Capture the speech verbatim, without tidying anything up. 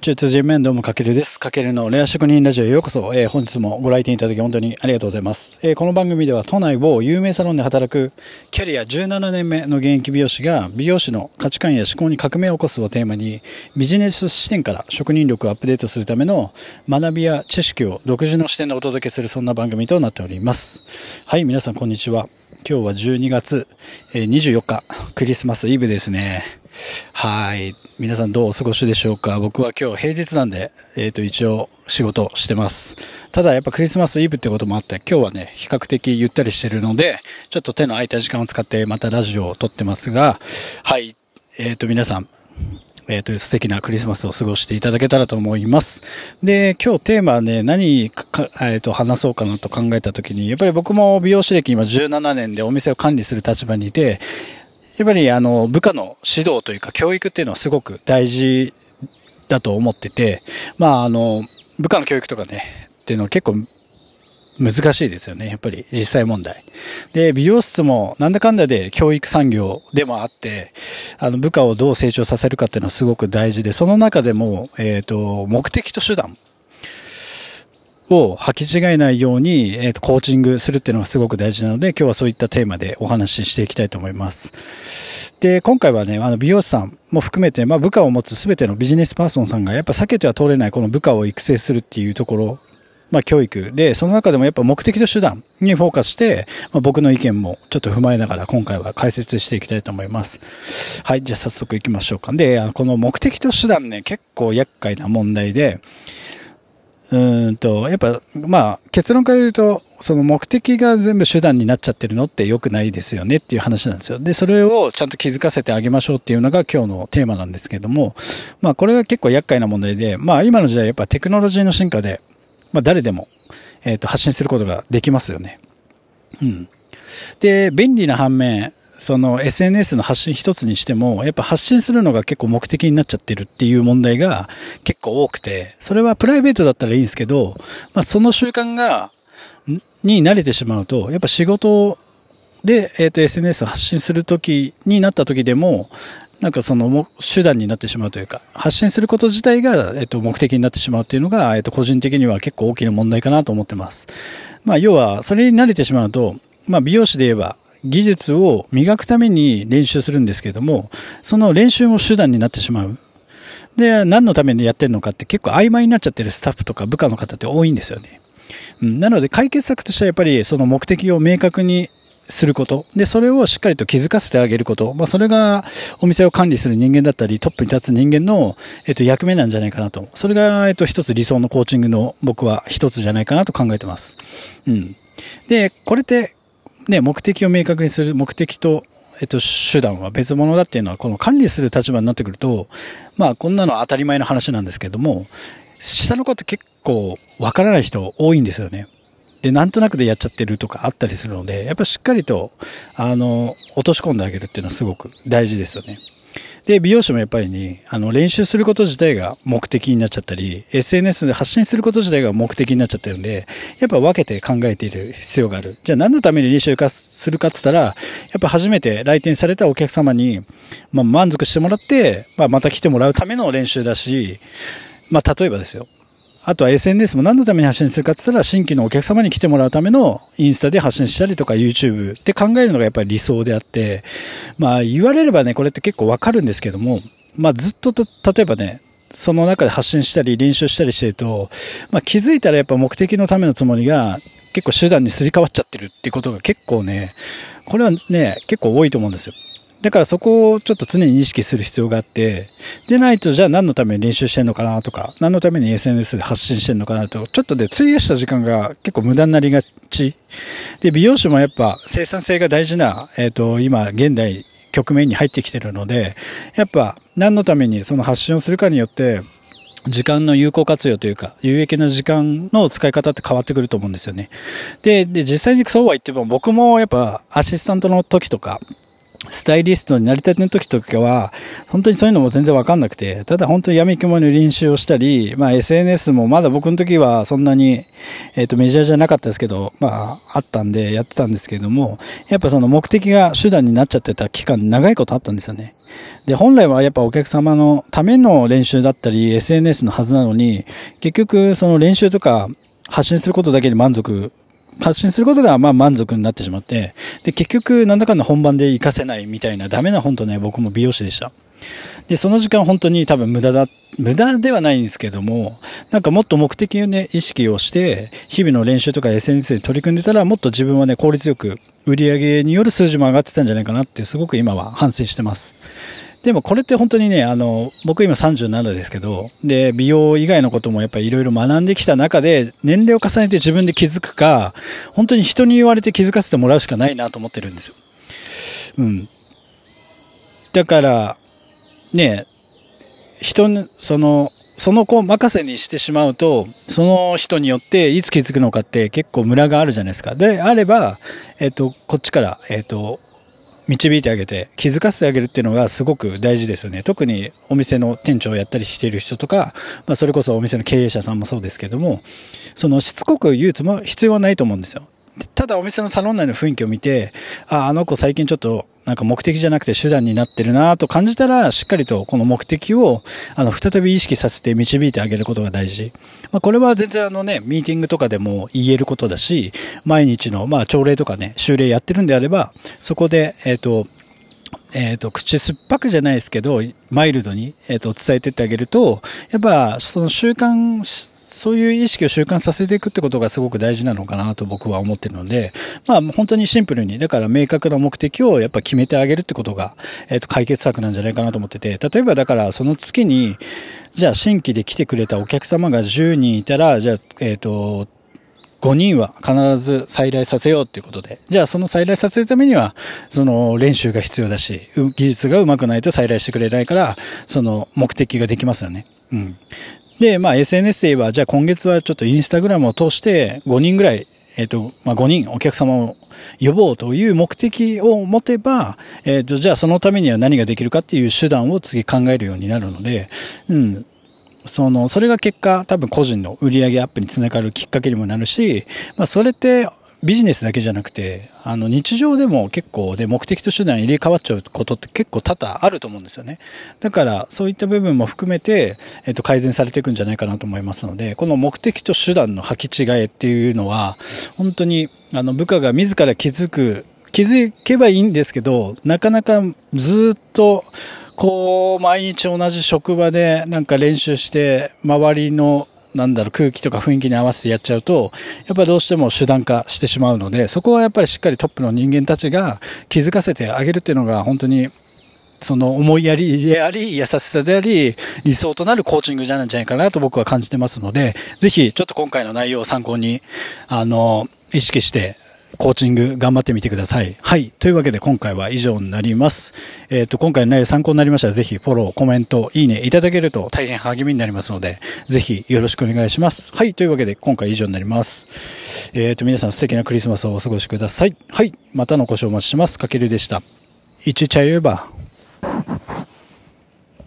中通人面どうもかけるです。かけるのレア職人ラジオへようこそ。えー、本日もご来店いただき本当にありがとうございます。えー、この番組では都内某有名サロンで働くキャリアじゅうななねんめの現役美容師が美容師の価値観や思考に革命を起こすをテーマにビジネス視点から職人力をアップデートするための学びや知識を独自の視点でお届けするそんな番組となっております。はい、皆さんこんにちは。今日はじゅうにがつにじゅうよっかクリスマスイブですね。はい。皆さんどうお過ごしでしょうか。僕は今日平日なんで、えっと、一応仕事してます。ただやっぱクリスマスイブってこともあって、今日はね、比較的ゆったりしてるので、ちょっと手の空いた時間を使ってまたラジオを撮ってますが、はい。えっと、皆さん、えっと、素敵なクリスマスを過ごしていただけたらと思います。で、今日テーマはね、何か、えっと、話そうかなと考えたときに、やっぱり僕も美容師歴今じゅうななねんでお店を管理する立場にいて、やっぱりあの部下の指導というか教育っていうのはすごく大事だと思ってて、まああの部下の教育とかねっていうのは結構難しいですよね。やっぱり実際問題で、美容室もなんだかんだで教育産業でもあって、あの部下をどう成長させるかっていうのはすごく大事で、その中でもえっと目的と手段を履き違えないように、えっと、コーチングするっていうのがすごく大事なので、今日はそういったテーマでお話ししていきたいと思います。で、今回はね、あの、美容師さんも含めて、まあ、部下を持つすべてのビジネスパーソンさんがやっぱ避けては通れないこの部下を育成するっていうところ、まあ、教育で、その中でもやっぱ目的と手段にフォーカスして、まあ、僕の意見もちょっと踏まえながら今回は解説していきたいと思います。はい、じゃあ早速行きましょうか。で、この目的と手段ね、結構厄介な問題で、うーんと、やっぱ、まあ、結論から言うと、その目的が全部手段になっちゃってるのって良くないですよねっていう話なんですよ。で、それをちゃんと気づかせてあげましょうっていうのが今日のテーマなんですけども、まあ、これが結構厄介な問題で、まあ、今の時代やっぱテクノロジーの進化で、まあ、誰でも、えっと、発信することができますよね。うん。で、便利な反面、その エスエヌエス の発信一つにしても、やっぱ発信するのが結構目的になっちゃってるっていう問題が結構多くて、それはプライベートだったらいいんですけど、まあその習慣が、に慣れてしまうと、やっぱ仕事で、えっと エスエヌエス を発信するときになったときでも、なんかその手段になってしまうというか、発信すること自体が、えっと目的になってしまうっていうのが、えっと個人的には結構大きな問題かなと思ってます。まあ要は、それに慣れてしまうと、まあ美容師で言えば、技術を磨くために練習するんですけども、その練習も手段になってしまう。で、何のためにやってるのかって結構曖昧になっちゃってるスタッフとか部下の方って多いんですよね。うん、なので解決策としてはやっぱりその目的を明確にすること。で、それをしっかりと気づかせてあげること。まあ、それがお店を管理する人間だったり、トップに立つ人間の、えっと、役目なんじゃないかなと。それが、えっと、一つ理想のコーチングの僕は一つじゃないかなと考えてます。うん。で、これって、ね、目的を明確にする目的と、えっと、手段は別物だっていうのは、この管理する立場になってくると、まあ、こんなのは当たり前の話なんですけども、下の子って結構わからない人多いんですよね。で、なんとなくでやっちゃってるとかあったりするので、やっぱしっかりと、あの、落とし込んであげるっていうのはすごく大事ですよね。で、美容師もやっぱりね、あの、練習すること自体が目的になっちゃったり、エスエヌエス で発信すること自体が目的になっちゃってるんで、やっぱ分けて考えている必要がある。じゃあ何のために練習化するかって言ったら、やっぱ初めて来店されたお客様に、まあ、満足してもらって、まあ、また来てもらうための練習だし、まあ、例えばですよ。あとは エスエヌエス も何のために発信するかって言ったら、新規のお客様に来てもらうためのインスタで発信したりとか YouTube って考えるのがやっぱり理想であって、まあ言われればね、これって結構わかるんですけども、まあずっとと、例えばね、その中で発信したり練習したりしてると、まあ気づいたらやっぱ目的のためのつもりが結構手段にすり替わっちゃってるっていうことが結構ね、これはね、結構多いと思うんですよ。だからそこをちょっと常に意識する必要があって、でないとじゃあ何のために練習してんのかなとか、何のために エスエヌエス で発信してんのかなと、ちょっとで費やした時間が結構無駄になりがち。で、美容師もやっぱ生産性が大事な、えっと、今現代局面に入ってきてるので、やっぱ何のためにその発信をするかによって、時間の有効活用というか、有益な時間の使い方って変わってくると思うんですよね。で、で、実際にそうは言っても僕もやっぱアシスタントの時とか、 スタイリストになりたての時とかは、本当にそういうのも全然わかんなくて、ただ本当に闇雲の練習をしたり、まあ エスエヌエス もまだ僕の時はそんなに、えっとメジャーじゃなかったですけど、まああったんでやってたんですけれども、やっぱその目的が手段になっちゃってた期間長いことあったんですよね。で、本来はやっぱお客様のための練習だったり エスエヌエス のはずなのに、結局その練習とか発信することだけで満足発信することがまあ満足になってしまって、で、結局なんだかんだ本番で活かせないみたいなダメな本当ね、僕も美容師でした。で、その時間本当に多分無駄だ、無駄ではないんですけども、なんかもっと目的をね、意識をして、日々の練習とか エスエヌエス で取り組んでたら、もっと自分はね、効率よく売り上げによる数字も上がってたんじゃないかなってすごく今は反省してます。でもこれって本当にね、あの、僕今さんじゅうななですけど、で、美容以外のこともやっぱりいろいろ学んできた中で、年齢を重ねて自分で気づくか、本当に人に言われて気づかせてもらうしかないなと思ってるんですよ。うん。だから、ね、人に、その、その子任せにしてしまうと、その人によっていつ気づくのかって結構ムラがあるじゃないですか。で、あれば、えっと、こっちから、えっと、導いてあげて気づかせてあげるっていうのがすごく大事ですよね。特にお店の店長をやったりしている人とか、まあそれこそお店の経営者さんもそうですけども、そのしつこく言うつも必要はないと思うんですよ。ただお店のサロン内の雰囲気を見て、あ、あの子最近ちょっとなんか目的じゃなくて手段になってるなと感じたら、しっかりとこの目的をあの再び意識させて導いてあげることが大事。まあ、これは全然あのね、ミーティングとかでも言えることだし、毎日のまあ朝礼とかね、修礼やってるんであれば、そこで、えっと、えっと、口酸っぱくじゃないですけど、マイルドに、えっと、伝えてってあげると、やっぱその習慣、そういう意識を習慣させていくってことがすごく大事なのかなと僕は思ってるので、まあ本当にシンプルに、だから明確な目的をやっぱ決めてあげるってことが、えっと、解決策なんじゃないかなと思ってて、例えばだからその月に、じゃあ新規で来てくれたお客様がじゅうにんいたら、じゃあ、えっと、ごにんは必ず再来させようっていうことで。じゃあその再来させるためには、その練習が必要だし、技術が上手くないと再来してくれないから、その目的ができますよね。うん。で、まあ エスエヌエス で言えば、じゃあ今月はちょっとインスタグラムを通してごにんぐらい、えっと、まあごにんお客様を呼ぼうという目的を持てば、えっと、じゃあそのためには何ができるかっていう手段を次考えるようになるので、うん。その、それが結果、多分個人の売り上げアップにつながるきっかけにもなるし、まあそれってビジネスだけじゃなくて、あの日常でも結構で目的と手段入れ替わっちゃうことって結構多々あると思うんですよね。だからそういった部分も含めて、えっと改善されていくんじゃないかなと思いますので、この目的と手段の履き違えっていうのは、本当にあの部下が自ら気づく、気づけばいいんですけど、なかなかずっとこう毎日同じ職場でなんか練習して周りのなんだろう空気とか雰囲気に合わせてやっちゃうとやっぱりどうしても手段化してしまうので、そこはやっぱりしっかりトップの人間たちが気づかせてあげるっていうのが本当にその思いやりであり優しさであり理想となるコーチングじゃないんじゃないかなと僕は感じてますので、ぜひちょっと今回の内容を参考にあの意識してコーチング頑張ってみてください。はい。というわけで今回は以上になります。えっと、今回の内容参考になりましたらぜひフォロー、コメント、いいねいただけると大変励みになりますので、ぜひよろしくお願いします。はい。というわけで今回以上になります。えっと、皆さん素敵なクリスマスをお過ごしください。はい。またのご視聴お待ちしてます。かけるでした。いちチャイユーバー。